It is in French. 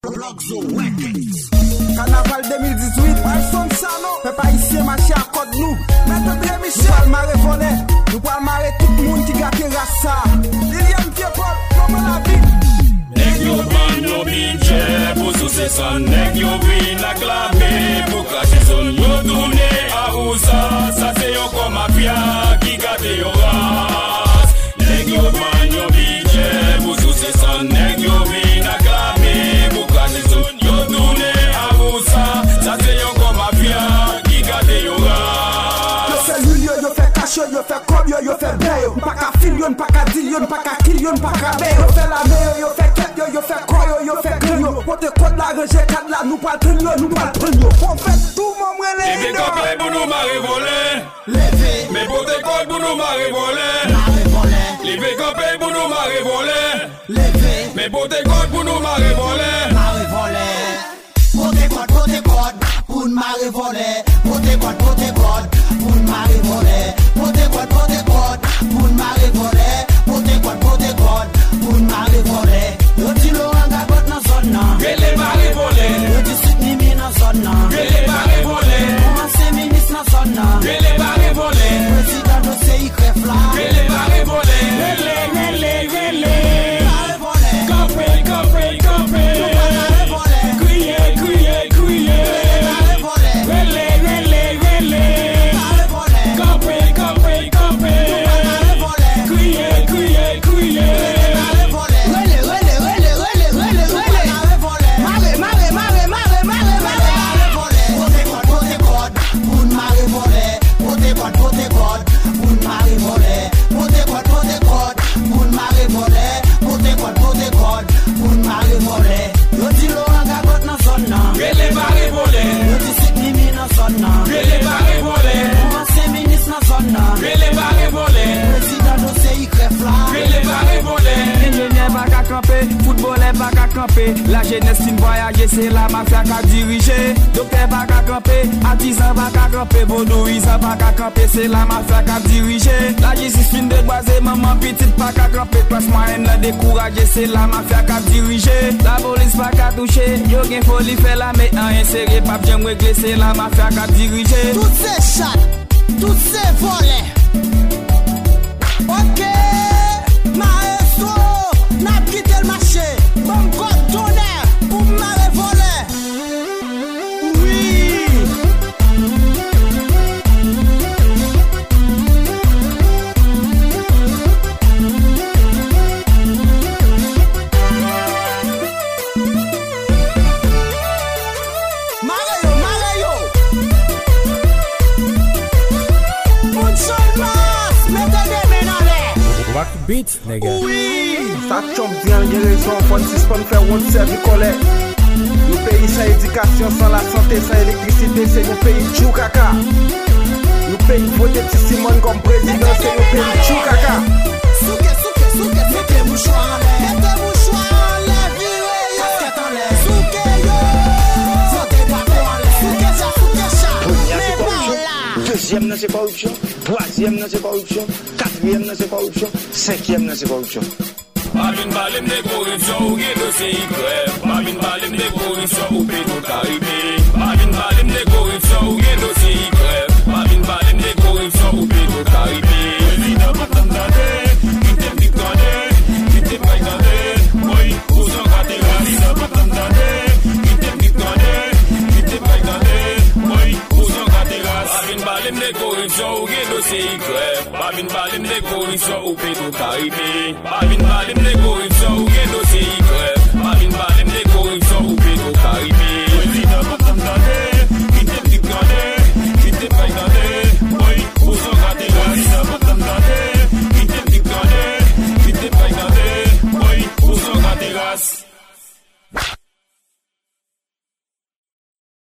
Carnaval 2018, Alson Sano, fait pas ici marcher à côté nous. Maître Pierre Michel, nous parlons marrer voler, nous parlons marrer tout le monde qui gâte rassa. Liliane Pierre-Paul, comment la vie? Nèg yo ban yo budget pour sous ces sons, nèg yo vin acclamer pour cracher son yo tourner à Oussa, ça c'est yo comme mafia qui gâte yo race. Nèg yo ban yo budget pour sous ces sons, nèg yo vin acclamer pour cracher son yo tourner à Oussa, ça c'est yo comme mafia qui gâte yo race. Yo fait l'union, yo fait cash, yo fait cob, yo fait bail, pas qu'à filion, pas qu'à dillion, pas qu'à killion, pas qu'à bail, yo fait la meilleure, yo fait yo fait quoi yo fait grigno pour te code la ranger cadre là nous pas tenir nous pas tenir on fait tout mon relais lever camper pour nous marrer voler lever mais pour te code pour nous marrer voler lever camper pour nous marrer voler lever mais pour te code pour nous marrer voler pour te code pour nous marrer voler pour te code pour nous marrer voler pour te code pour nous marrer voler pour te code pour nous marrer voler. Yo ti lo anga got na zone na. Gele mari volé. Yo ti sit ni mi na zone na. Gele mari volé. Mon ancien ministre na zone na. Gele mari volé. Président do CI crève là. Gele mari volé. Gele. Mari volé. Campé. Mari volé. Crier. Mari volé. Gele. Mari volé. Campé. Mari volé. Crier. Footballeur pas qu'à camper, la jeunesse qui voyager c'est la mafia qui a dirigé. Docteur pas qu'à camper, artisan pas qu'à camper, vaudouisant pas qu'à camper, c'est la mafia qui a dirigé. La justice fin de boiser, maman petite pas qu'à camper, classe moyenne la décourager, c'est la mafia qui a dirigé. La police pas qu'à toucher, yo gen folie fait la mais un inséré pas bien régler, c'est la mafia qui a dirigé. Toutes ces chattes, toutes ces volets. Ok, maestro. N'a quitté le marché, bon code tonnerre pour m'arrêter voler. Oui. Mario. Une seule masse, mettez des mains dans l'air. Rock beat, nigga. Oui. Ça chompe bien, il y a raison, faut une suspendre faire une service colère. Le pays sans éducation, sans la santé, sans électricité, c'est un pays de chou caca. Le pays voté petit Simone comme président, c'est un pays de chou caca. Souke, mettez mouchoir en l'air. Mettez mouchoir en l'air, virez yo. Casquette en l'air. Souke yo. Votez drapeau en l'air. Souke ça. Mais par là. Deuxième, c'est corruption. Troisième, c'est corruption. Quatrième, c'est corruption. Cinquième, c'est corruption. Balim de corruption ou gen dossier grève. Balim de corruption ou pédo Caribé. Balim de corruption ou gen dossier grève. Balim de corruption ou pédo Caribé. Président pas t'entendre, qui t'aime dictander, qui t'aime pas garder. Boy, vous en gâtez là. Président pas t'entendre, qui t'aime dictander, qui t'aime pas garder. Boy, vous en gâtez là. Balim de corruption ou gen dossier grève. Balim de corruption ou pédo Caribé. Balim de corruption ou gen dossier grève. Balim de corruption ou pédo Caribé.